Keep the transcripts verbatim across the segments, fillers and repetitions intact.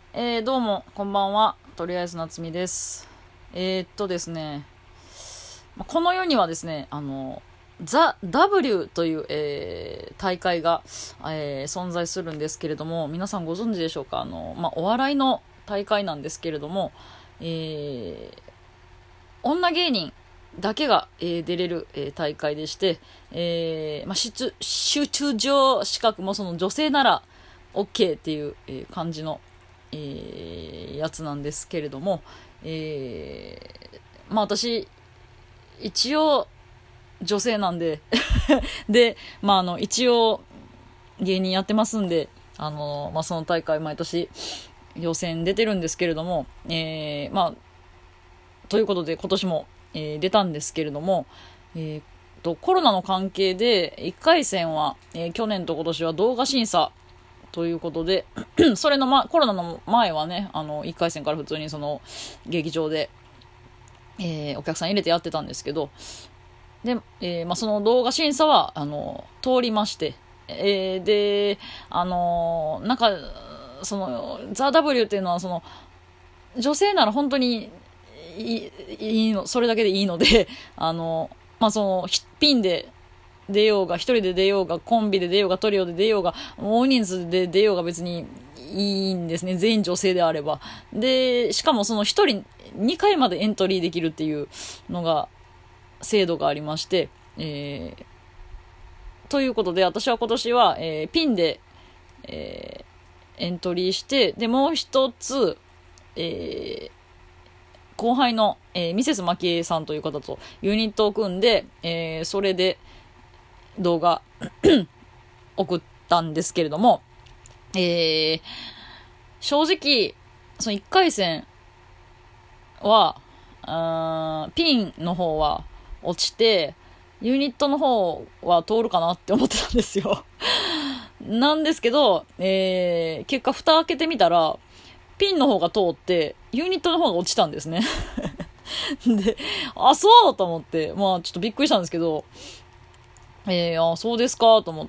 えー、どうも、こんばんは。とりあえず夏美です。えー、っとですね、この世にはですね、あの、ザ・ ダブリュー という、えー大会が、えー存在するんですけれども、皆さんご存知でしょうか？あの、まあ、お笑いの大会なんですけれども、えー女芸人だけが、えー出れる、えー大会でして、えーまあ、出出場資格もその女性なら OK っていう、えー感じの、えーやつなんですけれども、えーまあ私一応女性なんでで、まああの一応芸人やってますんで、あのまあその大会毎年予選出てるんですけれども、えーまあということで今年も、えー出たんですけれども、えーとコロナの関係でいっかい戦は、えー去年と今年は動画審査ということでそれの、ま、コロナの前はね、あのいっかい戦から普通にその劇場で、えーお客さん入れてやってたんですけど、で、えーまあ、その動画審査はあの通りまして、えーであのなんかそのザ・ ダブリューっていうのはその女性なら本当にいいいいのそれだけでいいのであの、まあ、そのピンで出ようが一人で出ようがコンビで出ようがトリオで出ようが大人数で出ようが別にいいんですね。全員女性であれば。でしかもその一人にかいまでエントリーできるっていうのが制度がありまして、えー、ということで私は今年は、えーピンで、えーエントリーして、でもう一つ、えー後輩の、えーミセスマキエさんという方とユニットを組んで、えーそれで動画送ったんですけれども、えー正直、そのいっかい戦は、あーピンの方は落ちて、ユニットの方は通るかなって思ってたんですよ。なんですけど、えー結果蓋開けてみたら、ピンの方が通って、ユニットの方が落ちたんですね。で、あ、そうと思って、まあちょっとびっくりしたんですけど、えー、あ、そうですかと思って、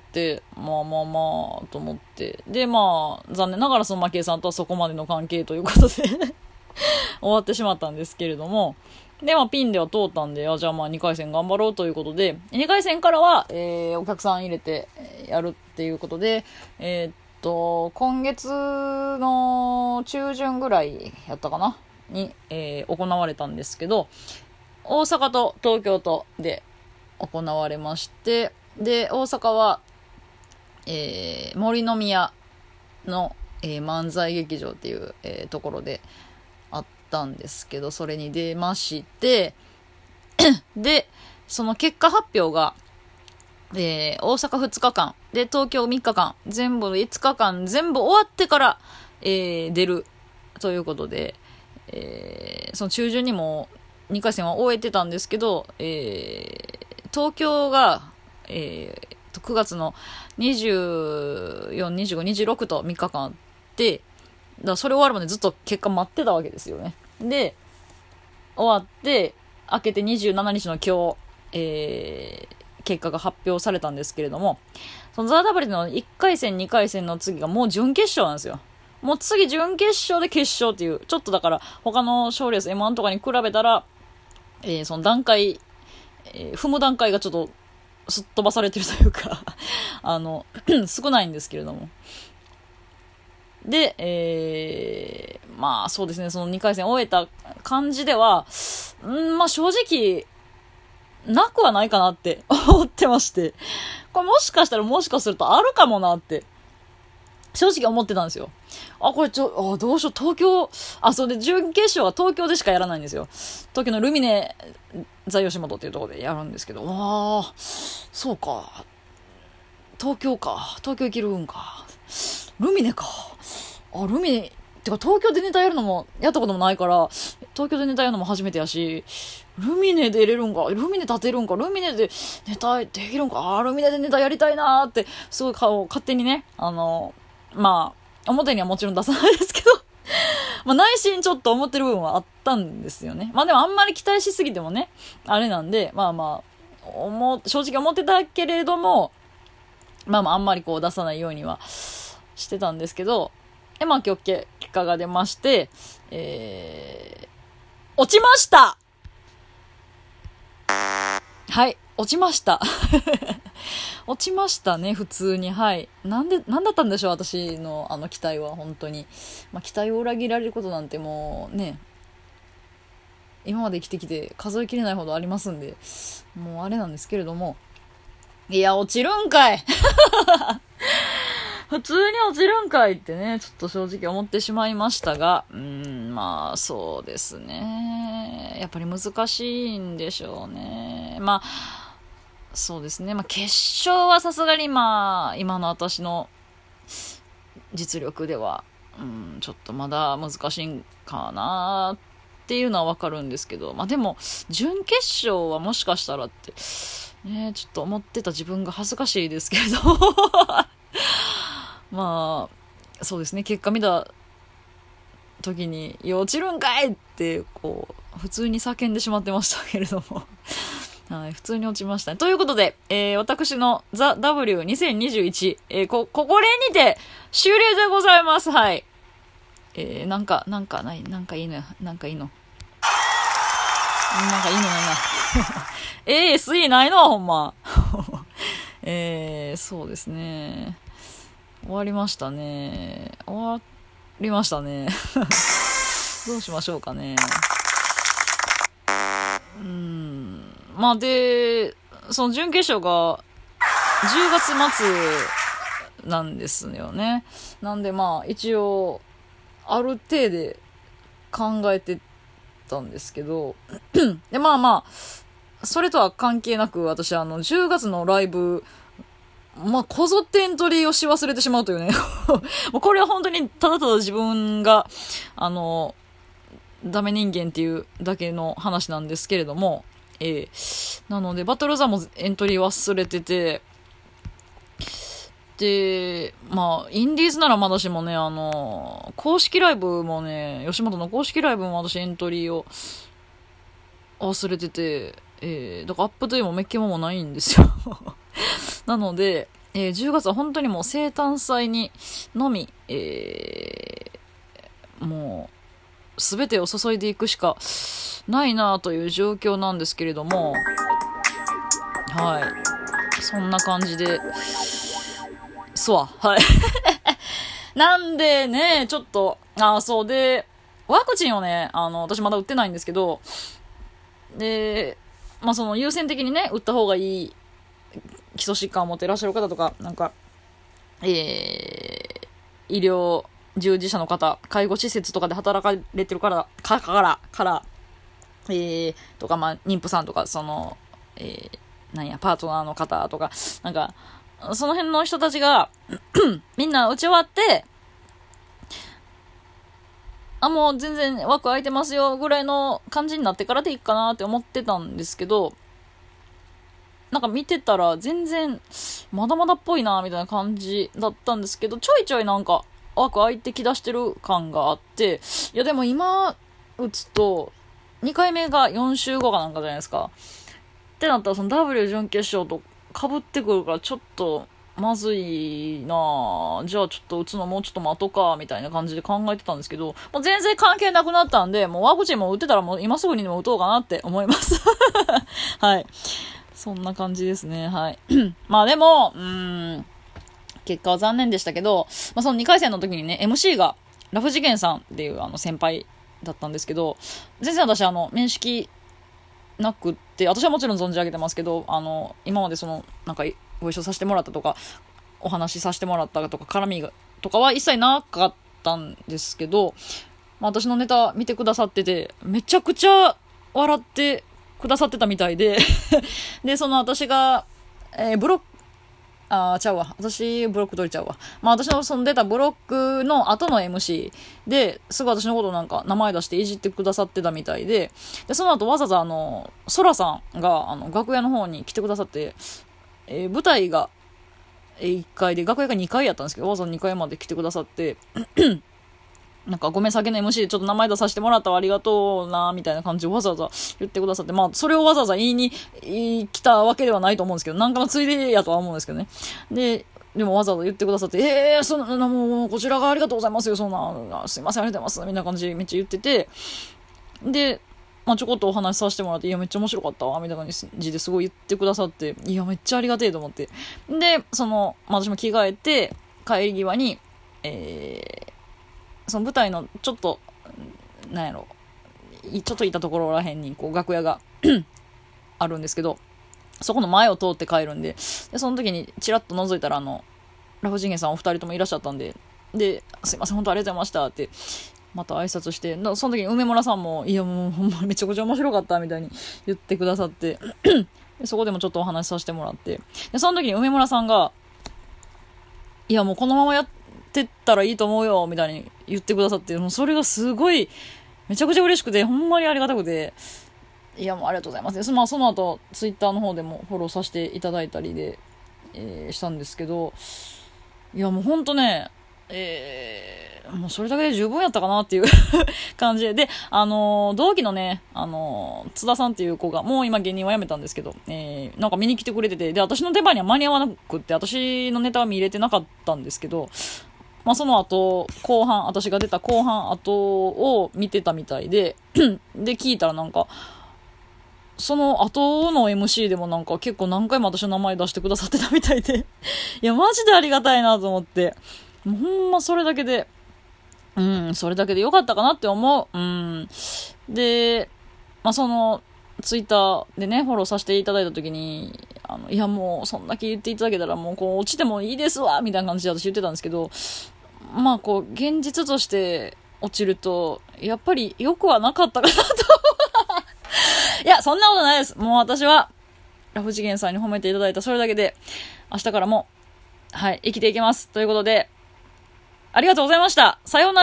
まあまあまあ、と思って。で、まあ、残念ながらそのマキエさんとはそこまでの関係ということで終わってしまったんですけれども、で、まあ、ピンでは通ったんで、あ、じゃあまあにかい戦頑張ろうということで、にかい戦からは、えー、お客さん入れてやるっていうことで、えーっと、今月の中旬ぐらいやったかなに、えー行われたんですけど、大阪と東京とで行われまして、で、大阪は、えー、森の宮の、えー漫才劇場っていう、えーところであったんですけど、それに出まして、で、その結果発表が、えー大阪ふつかかん、で、東京みっかかん、全部いつかかん、全部終わってから、えー出るということで、えーその中旬にもにかい戦は終えてたんですけど、えー東京が、えーくがつのにじゅうよっか、にじゅうご、にじゅうろくとみっかかんあって、だからそれ終わるまでずっと結果待ってたわけですよね。で、終わって、明けてにじゅうしちにちの今日、えー結果が発表されたんですけれども、そのザ・ダブリのいっかい戦、にかい戦の次がもう準決勝なんですよ。もう次準決勝で決勝っていう、ちょっとだから他の賞レース エムワン とかに比べたら、えーその段階、えー踏む段階がちょっとすっ飛ばされてるというかあの少ないんですけれども、で、えー、まあそうですね、そのにかい戦終えた感じでは、んまあ正直なくはないかなって思ってまして、これもしかしたらもしかするとあるかもなって正直思ってたんですよ。あ、これちょ、あ、どうしよう、東京、あ、そうで、準決勝は東京でしかやらないんですよ。東京のルミネザ吉本っていうところでやるんですけど、ああ、そうか。東京か。東京行けるんか。ルミネか。あ、ルミネ、てか東京でネタやるのも、やったこともないから、東京でネタやるのも初めてやし、ルミネで入れるんか、ルミネ立てるんか、ルミネでネタできるんか、あ、ルミネでネタやりたいなーって、すごい顔、勝手にね、あの、まあ、表にはもちろん出さないですけど、まあ内心ちょっと思ってる部分はあったんですよね。まあでもあんまり期待しすぎてもね、あれなんで、まあまあ、思正直思ってたけれども、まあまああんまりこう出さないようにはしてたんですけど、え、まあ今日結結果が出まして、えー、落ちました。はい、落ちました。落ちましたね、普通に。はい。なんで、なんだったんでしょう、私のあの期待は、本当に。まあ、期待を裏切られることなんてもうね、今まで生きてきて数えきれないほどありますんで、もうあれなんですけれども。いや、落ちるんかい普通に落ちるんかいってね、ちょっと正直思ってしまいましたが、うーん、まあ、そうですね。やっぱり難しいんでしょうね。まあ、そうですね。まあ、決勝はさすがにまあ、今の私の実力では、うん、ちょっとまだ難しいんかなっていうのはわかるんですけど、まあでも、準決勝はもしかしたらって、ね、ちょっと思ってた自分が恥ずかしいですけど、まあ、そうですね、結果見た時に、いや、落ちるんかいって、こう、普通に叫んでしまってましたけれども。はい、普通に落ちましたね。ということで、えー、私のザ・ ダブリューにせんにじゅういち、えー、こ、ここれにて終了でございます。はい。えー、なんか、なんかない、なんかいいのよ。なんかいいの。なんかいいのないな。エーエスイー ないのほんま。えー、そうですね。終わりましたね。終わりましたね。どうしましょうかね。うーん。まあで、その準決勝がじゅうがつ末なんですよね。なんでまあ一応ある程度考えてたんですけど、でまあまあ、それとは関係なく私あのじゅうがつのライブ、まあ、こぞってエントリーをし忘れてしまうというね。もうこれは本当にただただ自分が、あの、ダメ人間っていうだけの話なんですけれども、えー、なので、バトルザもエントリー忘れてて、で、まあ、インディーズならまだしもね、あの、公式ライブもね、吉本の公式ライブも私エントリーを忘れてて、えー、だからアップトゥーもメッケモもないんですよ。なので、えー、じゅうがつは本当にもう生誕祭にのみ、えー、もう、すべてを注いでいくしかないなという状況なんですけれども、はい。そんな感じで、すわ。はい。なんでね、ちょっと、あ、そうで、ワクチンをね、あの、私まだ打ってないんですけど、で、まあその優先的にね、打った方がいい基礎疾患を持っていらっしゃる方とか、なんか、えー、医療従事者の方、介護施設とかで働かれてるから、か、から、から、えー、とか、まあ、妊婦さんとか、その、えー、なんや、パートナーの方とか、なんか、その辺の人たちが、みんな打ち終わって、あ、もう全然枠空いてますよ、ぐらいの感じになってからでいいかなって思ってたんですけど、なんか見てたら全然まだまだっぽいなみたいな感じだったんですけど、ちょいちょいなんか枠空いてきだしてる感があって、いやでも今打つとにかいめがよん週後かなんかじゃないですか。ってなったらその W 準決勝と被ってくるからちょっとまずいなぁ。じゃあちょっと打つのもうちょっと待とうかみたいな感じで考えてたんですけど、もう全然関係なくなったんで、もうワクチンも打ってたらもう今すぐにでも打とうかなって思います。はい。そんな感じですね。はい。まあでも、うーん、結果は残念でしたけど、まあそのにかい戦の時にね、エムシー がラフ次元さんっていうあの先輩だったんですけど、全然私あの、面識なくって、私はもちろん存じ上げてますけど、あの、今までその、なんかご一緒させてもらったとか、お話しさせてもらったとか、絡みが、とかは一切なかったんですけど、まあ私のネタ見てくださってて、めちゃくちゃ笑って、くださってたみたいでで、その私が、えー、ブロック、あー、ちゃうわ。私、ブロック取れちゃうわ。まあ私のその出たブロックの後の エムシー で、すぐ私のことなんか名前出していじってくださってたみたいで、で、その後わざわざあの、ソラさんが、あの、楽屋の方に来てくださって、えー、舞台がいっかいで、楽屋がにかいやったんですけど、わざわざにかいまで来てくださって、なんかごめん先の エムシー でちょっと名前出させてもらったわありがとうなみたいな感じでわざわざ言ってくださって、まあそれをわざわざ言いに来たわけではないと思うんですけど、なんかのついでやとは思うんですけどね。で、 でもわざわざ言ってくださって、えー、そんな、もう、こちらがありがとうございますよ、そんな、すいません、ありがとうございます、みたいな感じでめっちゃ言ってて、で、まあ、ちょこっとお話しさせてもらって、いや、めっちゃ面白かったわ、みたいな感じですごい言ってくださって、いや、めっちゃありがてえと思って。で、その、まあ、私も着替えて、帰り際に、えー、その舞台のちょっと、なんやろ、ちょっといたところらへんに、こう、楽屋があるんですけど、そこの前を通って帰るんで、で、その時にチラッと覗いたら、あの、ラフジンゲさんお二人ともいらっしゃったんで、で、すいません、本当ありがとうございましたって、また挨拶して、その時に梅村さんも、いやもうほんまめちゃくちゃ面白かったみたいに言ってくださって、でそこでもちょっとお話しさせてもらって、で、その時に梅村さんが、いやもうこのままやってったらいいと思うよ、みたいに言ってくださって、もうそれがすごい、めちゃくちゃ嬉しくて、ほんまにありがたくて、いやもうありがとうございます。で、まあその後、ツイッターの方でもフォローさせていただいたりで、えー、したんですけど、いやもうほんとね、えー、もうそれだけで十分やったかなっていう感じで、で、あのー、同期のね、あのー、津田さんっていう子が、もう今芸人は辞めたんですけど、えー、なんか見に来てくれてて、で、私の出番には間に合わなくって、私のネタは見入れてなかったんですけど、まあ、その後、後半、私が出た後半後を見てたみたいで、で、聞いたらなんか、その後の エムシー でもなんか結構何回も私の名前出してくださってたみたいでいや、マジでありがたいなと思って。もうほんまそれだけで、うん、それだけでよかったかなって思う。うん。で、まあ、その、ツイッターでね、フォローさせていただいたときに、あの、いやもう、そんだけ言っていただけたらもうこう、落ちてもいいですわみたいな感じで私言ってたんですけど、まあこう、現実として落ちると、やっぱり良くはなかったかなといや、そんなことないです。もう私は、ラフ次元さんに褒めていただいたそれだけで、明日からも、はい、生きていきます。ということで、ありがとうございました。さようなら。